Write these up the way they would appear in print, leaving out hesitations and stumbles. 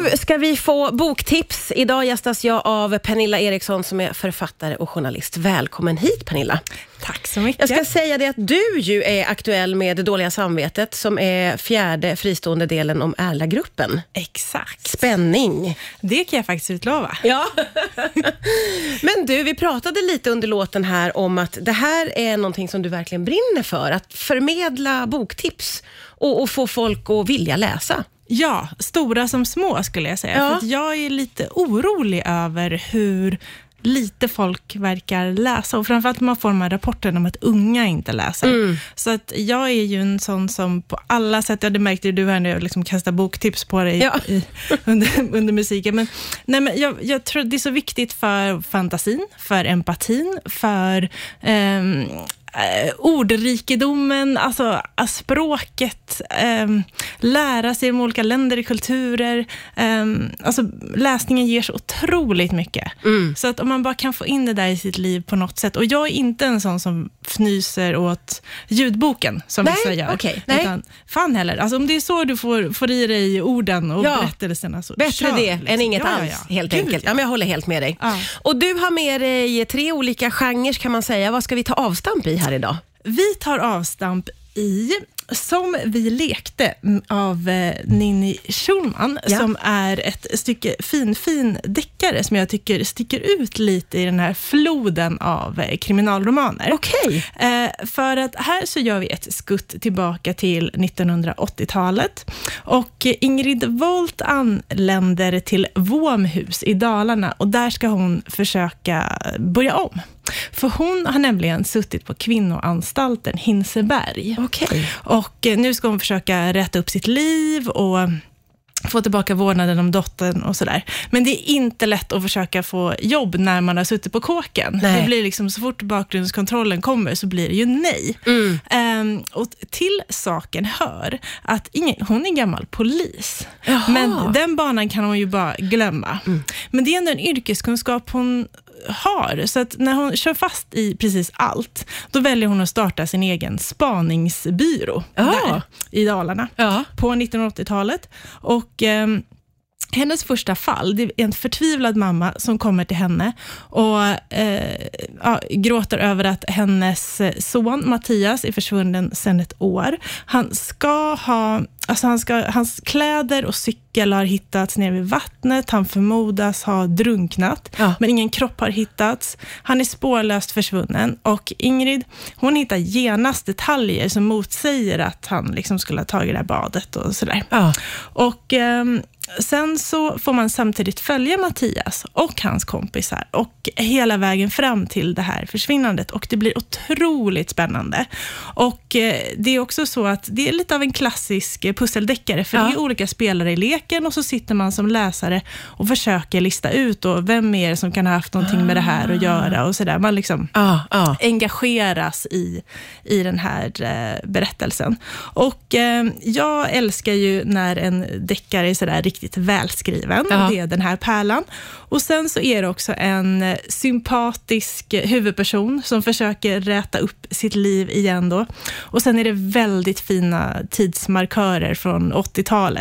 Nu ska vi få boktips. Idag gästas jag av Pernilla Eriksson som är författare och journalist. Välkommen hit, Pernilla. Tack så mycket. Jag ska säga det att du ju är aktuell med Det dåliga samvetet som är 4:e fristående delen om Erla-gruppen. Exakt. Spänning. Det kan jag faktiskt utlova. Ja. Men du, vi pratade lite under låten här om att det här är någonting som du verkligen brinner för. Att förmedla boktips och få folk att vilja läsa. Ja, stora som små skulle jag säga. Ja. För att jag är lite orolig över hur lite folk verkar läsa. Och framförallt man får de här rapporten om att unga inte läser. Så att jag är ju en sån som på alla sätt, ja, det märkte du här när jag liksom kastar boktips på dig under musiken. Men jag tror det är så viktigt för fantasin, för empatin, för ordrikedomen, alltså språket, lära sig om olika länder och kulturer. Alltså läsningen ger så otroligt mycket. Så att om man bara kan få in det där i sitt liv på något sätt. Och jag är inte en sån som fnyser åt ljudboken som vissa gör. Okay, utan fan heller. Alltså om det är så du får i dig orden och berättelserna. Så bättre det liksom. än inget alls, helt enkelt. Ja, men jag håller helt med dig. Ja. Och du har med dig 3 olika genrer kan man säga. Vad ska vi ta avstamp i här idag? Vi tar avstamp i Som vi lekte av Ninni Schulman, som är ett stycke fin deckare som jag tycker sticker ut lite i den här floden av kriminalromaner. Okej. För att här så gör vi ett skutt tillbaka till 1980-talet och Ingrid Wolt anländer till Våmhus i Dalarna och där ska hon försöka börja om. För hon har nämligen suttit på kvinnoanstalten Hinseberg. Okej. Och nu ska hon försöka rätta upp sitt liv och få tillbaka vårdnaden om dottern och sådär. Men det är inte lätt att försöka få jobb när man har suttit på kåken. Nej. Det blir liksom, så fort bakgrundskontrollen kommer så blir det ju nej. Och till saken hör att hon är gammal polis. Jaha. Men den banan kan hon ju bara glömma. Men det är ändå en yrkeskunskap hon har. Så att när hon kör fast i precis allt, då väljer hon att starta sin egen spaningsbyrå där i Dalarna på 1980-talet. Och hennes första fall, det är en förtvivlad mamma som kommer till henne och gråter över att hennes son Mattias är försvunnen sedan ett år. Hans kläder och cykel har hittats nere vid vattnet. Han förmodas ha drunknat, men ingen kropp har hittats. Han är spårlöst försvunnen och Ingrid, hon hittar genast detaljer som motsäger att han liksom skulle ha tagit det här badet och sådär. Och sen så får man samtidigt följa Mattias och hans kompisar och hela vägen fram till det här försvinnandet och det blir otroligt spännande. Och det är också så att det är lite av en klassisk pusseldeckare för det är olika spelare i leken och så sitter man som läsare och försöker lista ut och vem är det som kan ha haft någonting med det här att göra och sådär. Man liksom engageras i den här berättelsen. Och jag älskar ju när en deckare är sådär riktigt välskriven. Det är den här pärlan. Och sen så är det också en sympatisk huvudperson som försöker räta upp sitt liv igen då. Och sen är det väldigt fina tidsmarkörer från 80-talet.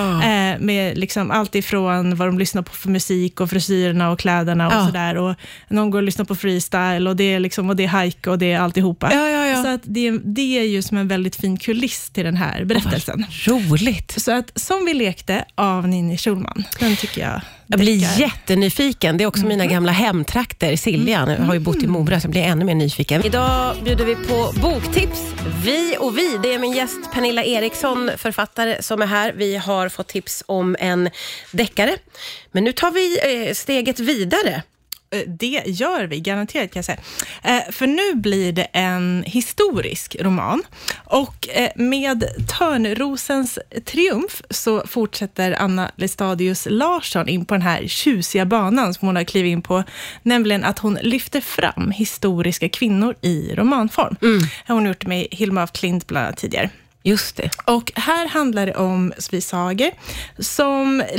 Med liksom allt ifrån vad de lyssnar på för musik och frisyrerna och kläderna och sådär. Och någon går och lyssnar på freestyle och det är liksom, och det är hike och det är alltihopa. Så att det är ju som en väldigt fin kuliss till den här berättelsen. Roligt. Så att Som vi lekte av Ninni Schulman, den tycker jag blir jättenyfiken. Det är också mina gamla hemtrakter. Siljan har ju bott i Mora så jag blir ännu mer nyfiken. Idag bjuder vi på boktips. Vi, det är min gäst Pernilla Eriksson, författare som är här. Vi har fått tips om en deckare. Men nu tar vi steget vidare. Det gör vi, garanterat kan jag säga. För nu blir det en historisk roman. Och med Törnrosens triumf så fortsätter Anna Lestadius Larsson in på den här tjusiga banan som hon har klivit in på. Nämligen att hon lyfter fram historiska kvinnor i romanform. Hon har gjort det med Hilma af Klint bland annat tidigare. Just det. Och här handlar det om Svisage som lite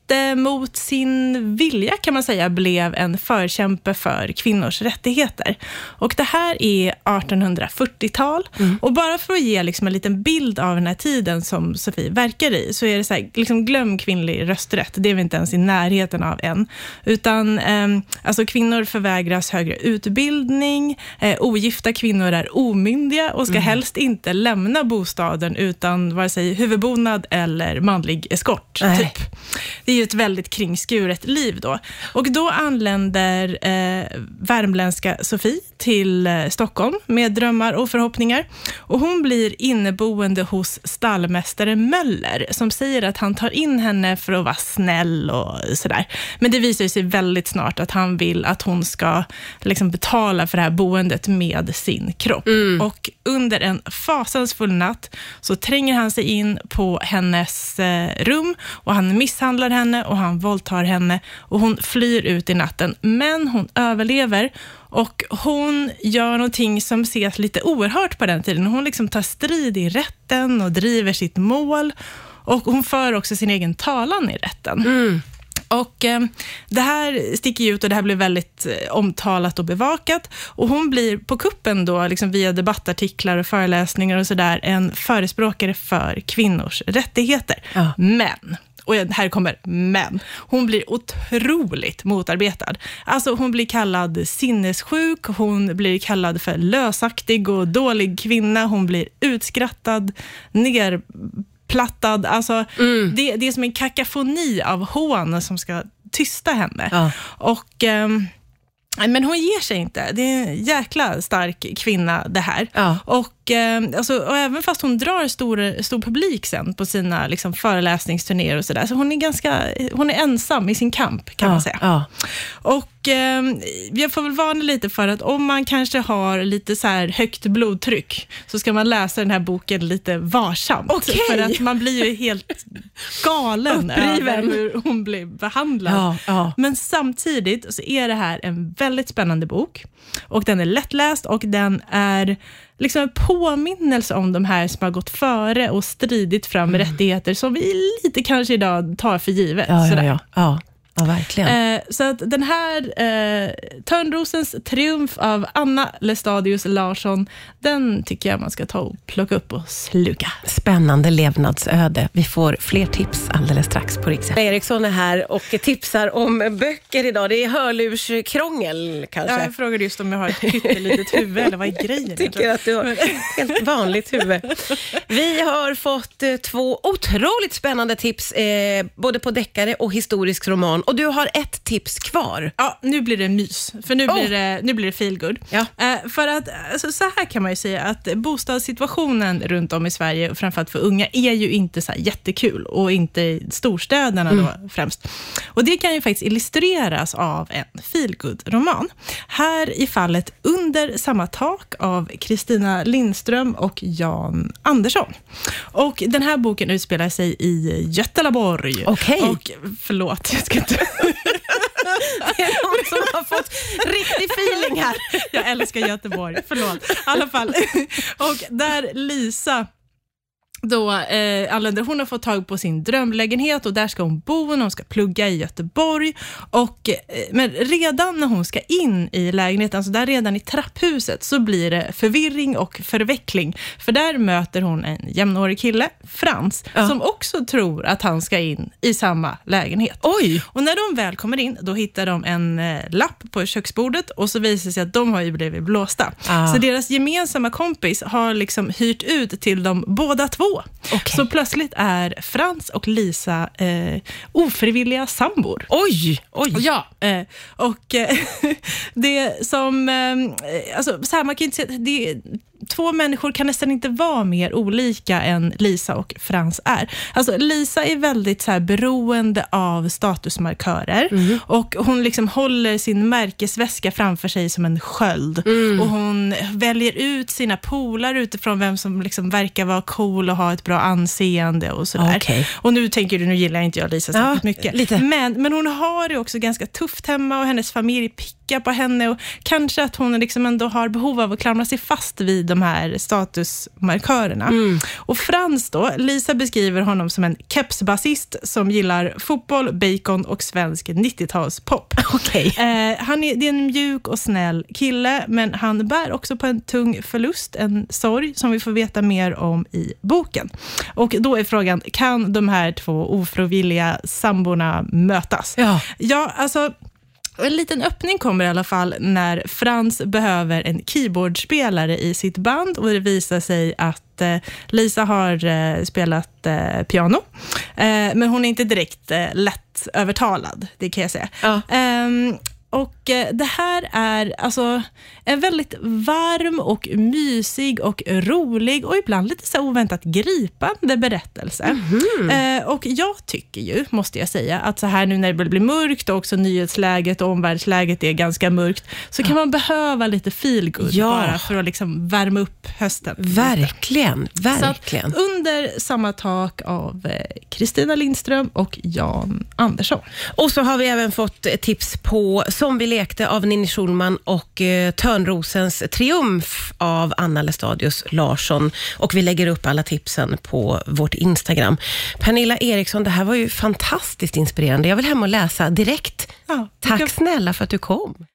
lite mot sin vilja kan man säga blev en förkämpe för kvinnors rättigheter. Och det här är 1840-tal. Och bara för att ge liksom en liten bild av den här tiden som Sofie verkar i, så är det så här, liksom glöm kvinnlig rösträtt. Det är vi inte ens i närheten av än. Utan alltså kvinnor förvägras högre utbildning, ogifta kvinnor är omyndiga och ska helst inte lämna bostaden utan vare sig huvudbonad eller manlig eskort. Typ. Det är ju ett väldigt kringskuret liv då. Och då anländer värmländska Sofie till Stockholm med drömmar och förhoppningar. Och hon blir inneboende hos stallmästare Möller som säger att han tar in henne för att vara snäll och sådär. Men det visar sig väldigt snart att han vill att hon ska liksom betala för det här boendet med sin kropp. Och under en fasansfull natt så tränger han sig in på hennes rum och han misshandlar henne och han våldtar henne och hon flyr ut i natten. Men hon överlever och hon gör någonting som ses lite oerhört på den tiden. Hon liksom tar strid i rätten och driver sitt mål och hon för också sin egen talan i rätten. Och det här sticker ut och det här blir väldigt omtalat och bevakat. Och hon blir på kuppen då, liksom via debattartiklar och föreläsningar och sådär, en förespråkare för kvinnors rättigheter. Ja. Men, och här kommer men, hon blir otroligt motarbetad. Alltså hon blir kallad sinnessjuk, hon blir kallad för lösaktig och dålig kvinna, hon blir utskrattad, plattad, alltså det är som en kakafoni av hån som ska tysta henne. Ja. Och men hon ger sig inte. Det är en jäkla stark kvinna det här. Ja. Och och även fast hon drar stor publik sen på sina liksom föreläsningsturnéer och sådär, så hon är ensam i sin kamp kan man säga. Ja. Och jag får väl varna lite för att om man kanske har lite så här högt blodtryck så ska man läsa den här boken lite varsamt. Okay. För att man blir ju helt galen över hur hon blir behandlad. Ja, ja. Men samtidigt så är det här en väldigt spännande bok och den är lättläst och den är liksom en påminnelse om de här som har gått före och stridit fram rättigheter som vi lite kanske idag tar för givet. Ja, verkligen. Så att den här Törnrosens triumf av Anna Lestadius Larsson, den tycker jag man ska ta och plocka upp och sluka. Spännande levnadsöde. Vi får fler tips alldeles strax på Riks. Eriksson är här och tipsar om böcker idag. Det är hörlurskrångel kanske. Ja, jag frågade just om jag har ett pyttelitet huvud eller vad är grejen? Jag tycker att du har ett helt vanligt huvud. Vi har fått 2 otroligt spännande tips både på deckare och historisk roman. Och du har ett tips kvar. Ja, nu blir det mys. För nu blir det feel good. Ja. För att alltså, så här kan man ju säga att bostadssituationen runt om i Sverige, framförallt för unga, är ju inte så här jättekul. Och inte i storstäderna då främst. Och det kan ju faktiskt illustreras av en feel good-roman. Här i fallet Under samma tak av Kristina Lindström och Jan Andersson. Och den här boken utspelar sig i Göteborg. Okej. Och förlåt, jag ska inte... Det är någon som har fått riktig feeling här. Jag älskar Göteborg, förlåt. I alla fall. Och där Lisa då anländer, hon har fått tag på sin drömlägenhet och där ska hon bo när hon ska plugga i Göteborg och men redan när hon ska in i lägenheten, alltså där redan i trapphuset, så blir det förvirring och förveckling, för där möter hon en jämnårig kille, Frans, som också tror att han ska in i samma lägenhet. Oj! Och när de väl kommer in, då hittar de en lapp på köksbordet och så visar det sig att de har ju blivit blåsta. Så deras gemensamma kompis har liksom hyrt ut till dem båda två. Okay. Så plötsligt är Frans och Lisa ofrivilliga sambor. Oj! Ja, och det som... alltså, så här, man kan inte säga... Två människor kan nästan inte vara mer olika än Lisa och Frans är. Alltså Lisa är väldigt så här beroende av statusmarkörer och hon liksom håller sin märkesväska framför sig som en sköld och hon väljer ut sina polar utifrån vem som liksom verkar vara cool och ha ett bra anseende och sådär. Okay. Och nu tänker du, nu gillar inte jag Lisa så mycket. Lite. Men hon har det också ganska tufft hemma och hennes familj trycka på henne och kanske att hon liksom ändå har behov av att klamra sig fast vid de här statusmarkörerna. Och Frans då, Lisa beskriver honom som en kepsbasist som gillar fotboll, bacon och svensk 90-talspop. Okej. Det är en mjuk och snäll kille, men han bär också på en tung förlust, en sorg som vi får veta mer om i boken. Och då är frågan, kan de här två ofrivilliga samborna mötas? Ja, alltså en liten öppning kommer i alla fall när Frans behöver en keyboardspelare i sitt band och det visar sig att Lisa har spelat piano, men hon är inte direkt lätt övertalad, det kan jag säga. Och det här är alltså en väldigt varm och mysig och rolig och ibland lite så oväntat gripande berättelse. Och jag tycker ju, måste jag säga, att så här nu när det blir mörkt och också nyhetsläget och omvärldsläget är ganska mörkt, så kan man behöva lite feelgood bara för att liksom värma upp hösten. Verkligen. Så under samma tak av Kristina Lindström och Jan Andersson. Och så har vi även fått tips på Som vi lekte av Ninni Schulman och Törnrosens triumf av Anna Lestadius Larsson. Och vi lägger upp alla tipsen på vårt Instagram. Pernilla Eriksson, det här var ju fantastiskt inspirerande. Jag vill hem och läsa direkt. Tack snälla för att du kom.